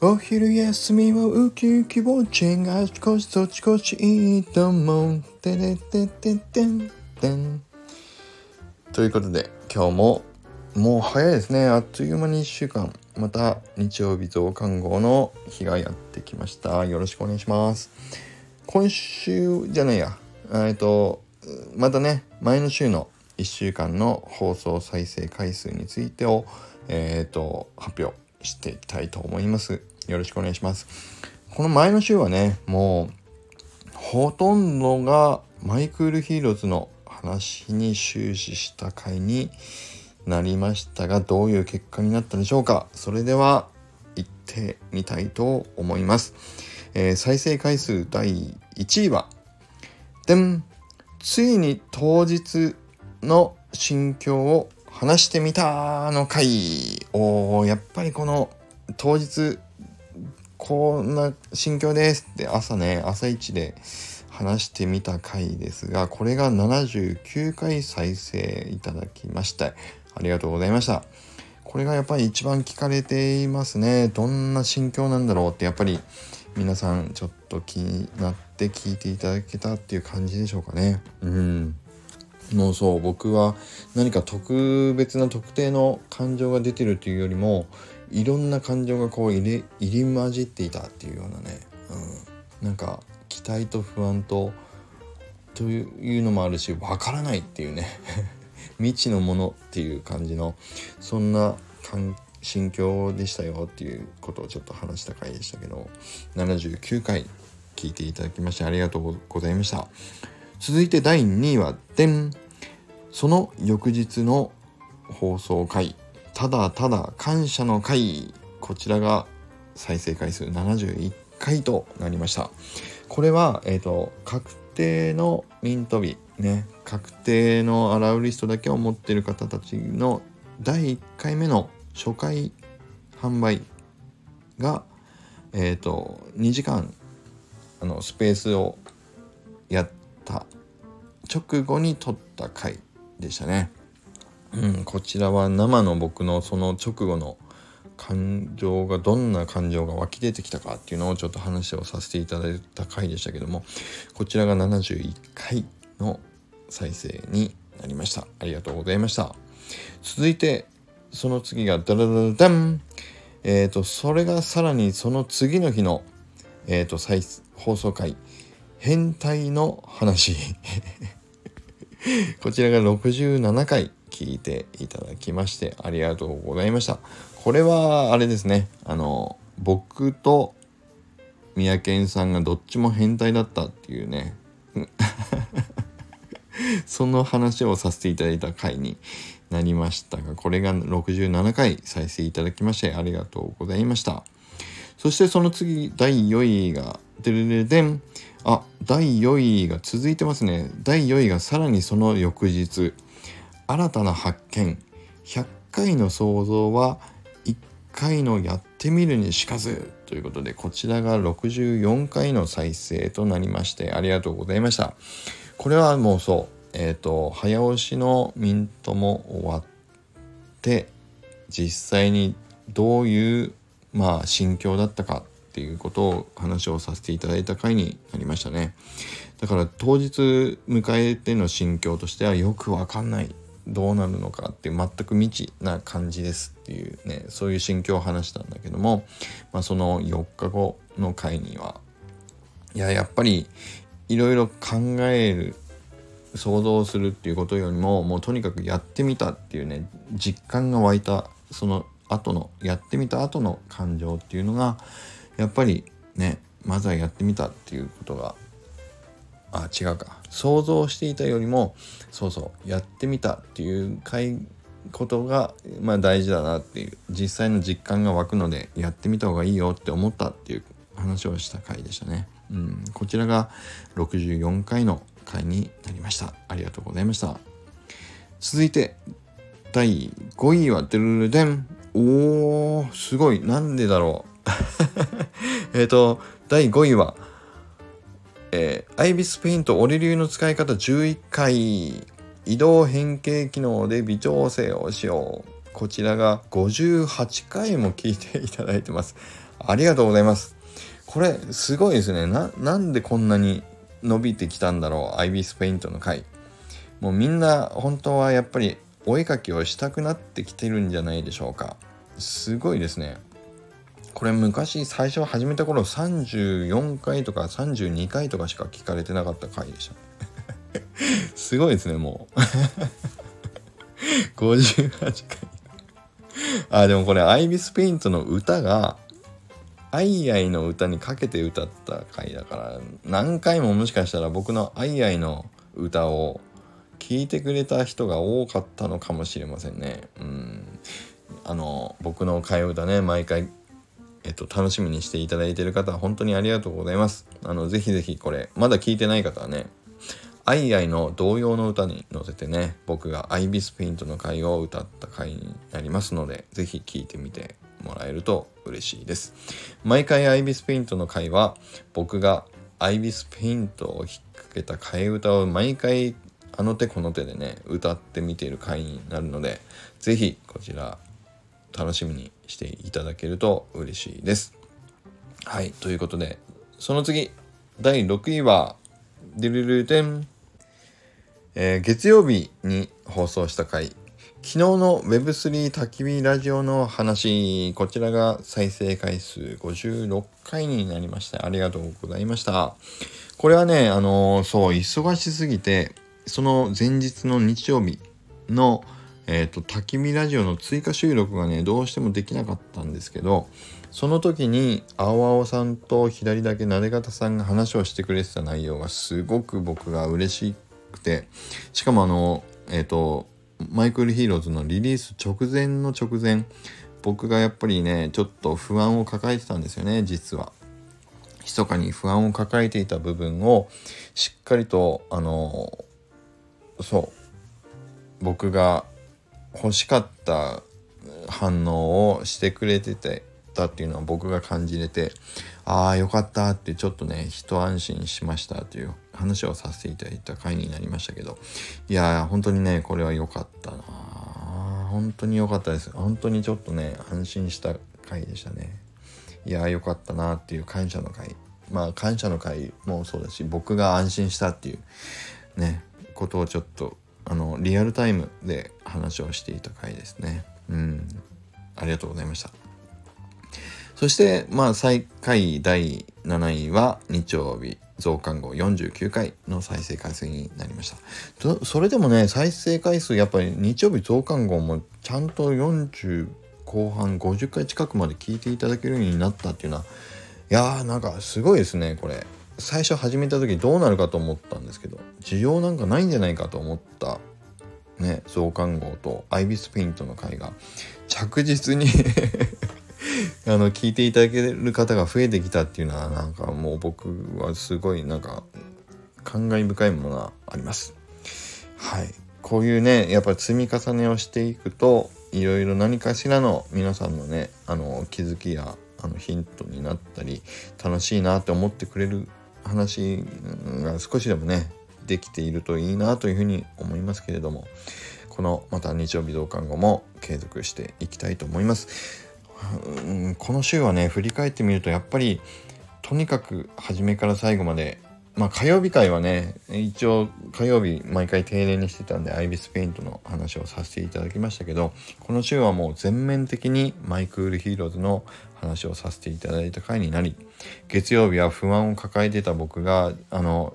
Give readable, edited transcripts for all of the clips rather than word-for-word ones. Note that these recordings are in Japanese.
お昼休みはウキウキウォッチング、あちこちそちこちいいと思う。てれてててんてん。ということで、今日ももう早いですね。あっという間に1週間、また日曜日増刊号の日がやってきました。よろしくお願いします。今週じゃないや、またね、前の週の1週間の放送再生回数についてを、発表していきたいと思います。よろしくお願いします。この前の週はね、もうほとんどがマイクールヒーローズの話に終始した回になりましたが、どういう結果になったでしょうか。それでは行ってみたいと思います。再生回数第1位はついに当日の心境を話してみたの回。やっぱりこの当日こんな心境ですって朝一で話してみた回ですが、これが79回再生いただきました。ありがとうございました。これがやっぱり一番聞かれていますね。どんな心境なんだろうって、やっぱり皆さんちょっと気になって聞いていただけたっていう感じでしょうかね。もうそう、僕は何か特別な特定の感情が出てるというよりも、いろんな感情がこう入り混じっていたっていうようなね、なんか期待と不安というのもあるし、わからないっていうね未知のものっていう感じの、そんな心境でしたよっていうことをちょっと話した回でしたけど、79回聞いていただきましてありがとうございました。続いて第2位はその翌日の放送回、ただただ感謝の回。こちらが再生回数71回となりました。これは、確定のミント日ね、確定のアラウリストだけを持っている方たちの第1回目の初回販売が、2時間スペースをやった直後に撮った回でしたね。こちらは生の僕のその直後のどんな感情が湧き出てきたかっていうのをちょっと話をさせていただいた回でしたけども、こちらが71回の再生になりました。ありがとうございました。続いてその次がそれがさらにその次の日の放送回、変態の話こちらが67回聞いていただきましてありがとうございました。これはあれですね、僕と三宅さんがどっちも変態だったっていうねその話をさせていただいた回になりましたが、これが67回再生いただきましてありがとうございました。そしてその次第4位が第4位が続いてますね。第4位がさらにその翌日、新たな発見、100回の想像は1回のやってみるにしかずということで、こちらが64回の再生となりましてありがとうございました。これはもう早押しのミントも終わって、実際にどういう心境だったかっていうことを話をさせていただいた回になりましたね。だから当日迎えての心境としてはよくわかんない、どうなるのかっていう全く未知な感じですっていうね、そういう心境を話したんだけども、その4日後の回にはやっぱりいろいろ考える、想像するっていうことよりも、もうとにかくやってみたっていうね、実感が湧いた、その後のやってみた後の感情っていうのがやっぱりね、まずはやってみたっていうことが想像していたよりもやってみたっていうことが大事だなっていう、実際の実感が湧くのでやってみた方がいいよって思ったっていう話をした回でしたね。こちらが64回の回になりました。ありがとうございました。続いて第5位はすごい、なんでだろう第5位はアイビスペイント俺流の使い方11回、移動変形機能で微調整をしよう。こちらが58回も聞いていただいてます。 ありがとうございます。これすごいですね。なんでこんなに伸びてきたんだろう、アイビスペイントの回。もうみんな本当はやっぱりお絵描きをしたくなってきてるんじゃないでしょうか。すごいですね。これ昔最初始めた頃34回とか32回とかしか聞かれてなかった回でした。すごいですね、もう。58回。でもこれアイビスペイントの歌がアイアイの歌にかけて歌った回だから、何回ももしかしたら僕のアイアイの歌を聞いてくれた人が多かったのかもしれませんね。僕の替え歌ね、毎回楽しみにしていただいている方は本当にありがとうございます。ぜひぜひこれまだ聞いてない方はね、アイアイの童謡の歌に乗せてね、僕がアイビスペイントの回を歌った回になりますので、ぜひ聞いてみてもらえると嬉しいです。毎回アイビスペイントの回は僕がアイビスペイントを引っ掛けた替え歌を毎回あの手この手でね歌ってみている回になるので、ぜひこちら楽しみにしていただけると嬉しいです。はい、ということでその次第6位はデルルテン、月曜日に放送した回、昨日の Web3 焚き火ラジオの話、こちらが再生回数56回になりました。ありがとうございました。これはね忙しすぎてその前日の日曜日の焚き火ラジオの追加収録がねどうしてもできなかったんですけど、その時に青青さんと左だけなで方さんが話をしてくれてた内容がすごく僕が嬉しくて、しかもマイクールヒーローズのリリース直前、僕がやっぱりねちょっと不安を抱えてたんですよね。実は密かに不安を抱えていた部分をしっかりと僕が欲しかった反応をしてくれてたっていうのは僕が感じれて、よかったってちょっとね一安心しましたという話をさせていただいた回になりましたけど、いや本当にねこれは良かったな、本当に良かったです。本当にちょっとね安心した回でしたね。いや良かったなっていう感謝の回、感謝の回もそうだし、僕が安心したっていうねことをちょっとリアルタイムで話をしていた回ですね。ありがとうございました。そして最下位第7位は日曜日増刊号49回の再生回数になりました。それでもね再生回数やっぱり日曜日増刊号もちゃんと40後半50回近くまで聞いていただけるようになったっていうのは、なんかすごいですね。これ最初始めた時どうなるかと思ったんですけど、需要なんかないんじゃないかと思ったね増刊号とアイビスペイントの回が着実に聞いていただける方が増えてきたっていうのはなんかもう僕はすごいなんか感慨深いものがあります。はい、こういうねやっぱり積み重ねをしていくといろいろ何かしらの皆さんのね気づきやヒントになったり楽しいなって思ってくれる話が少しでもねできているといいなというふうに思いますけれども、このまた日曜日増刊号も継続していきたいと思います。この週はね振り返ってみるとやっぱりとにかく初めから最後まで火曜日会はね一応火曜日毎回定例にしてたんでアイビスペイントの話をさせていただきましたけど、この週はもう全面的にマイクールヒーローズの話をさせていただいた回になり、月曜日は不安を抱えてた僕がリリ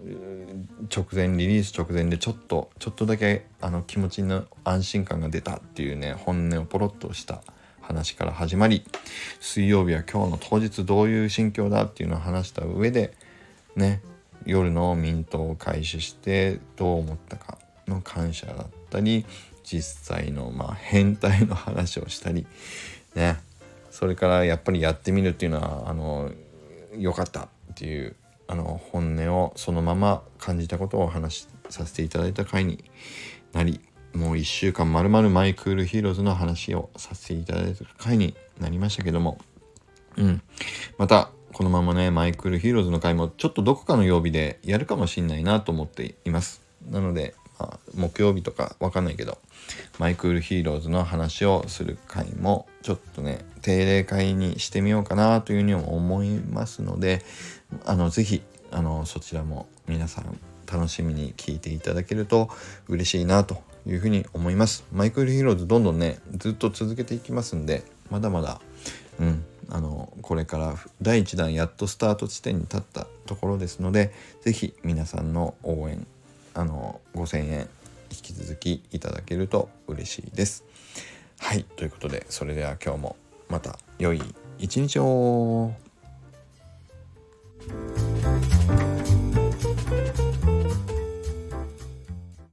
ース直前でちょっとだけ気持ちの安心感が出たっていうね本音をポロッとした話から始まり、水曜日は今日の当日どういう心境だっていうのを話した上でね、夜のミントを開始してどう思ったかの感謝だったり、実際の変態の話をしたりね、それからやっぱりやってみるっていうのは良かったっていう本音をそのまま感じたことをお話しさせていただいた回になり、もう1週間まるまるマイクールヒーローズの話をさせていただいた回になりましたけども、またこのままねマイクールヒーローズの回もちょっとどこかの曜日でやるかもしれないなと思っています。なので木曜日とかわかんないけどマイクールヒーローズの話をする回もちょっとね定例会にしてみようかなというふうに思いますので、ぜひそちらも皆さん楽しみに聞いていただけると嬉しいなというふうに思います。マイクールヒーローズどんどんねずっと続けていきますんで、まだまだこれから第1弾やっとスタート地点に立ったところですので、ぜひ皆さんの応援5000円引き続きいただけると嬉しいです。はい、ということでそれでは今日もまた良い一日を。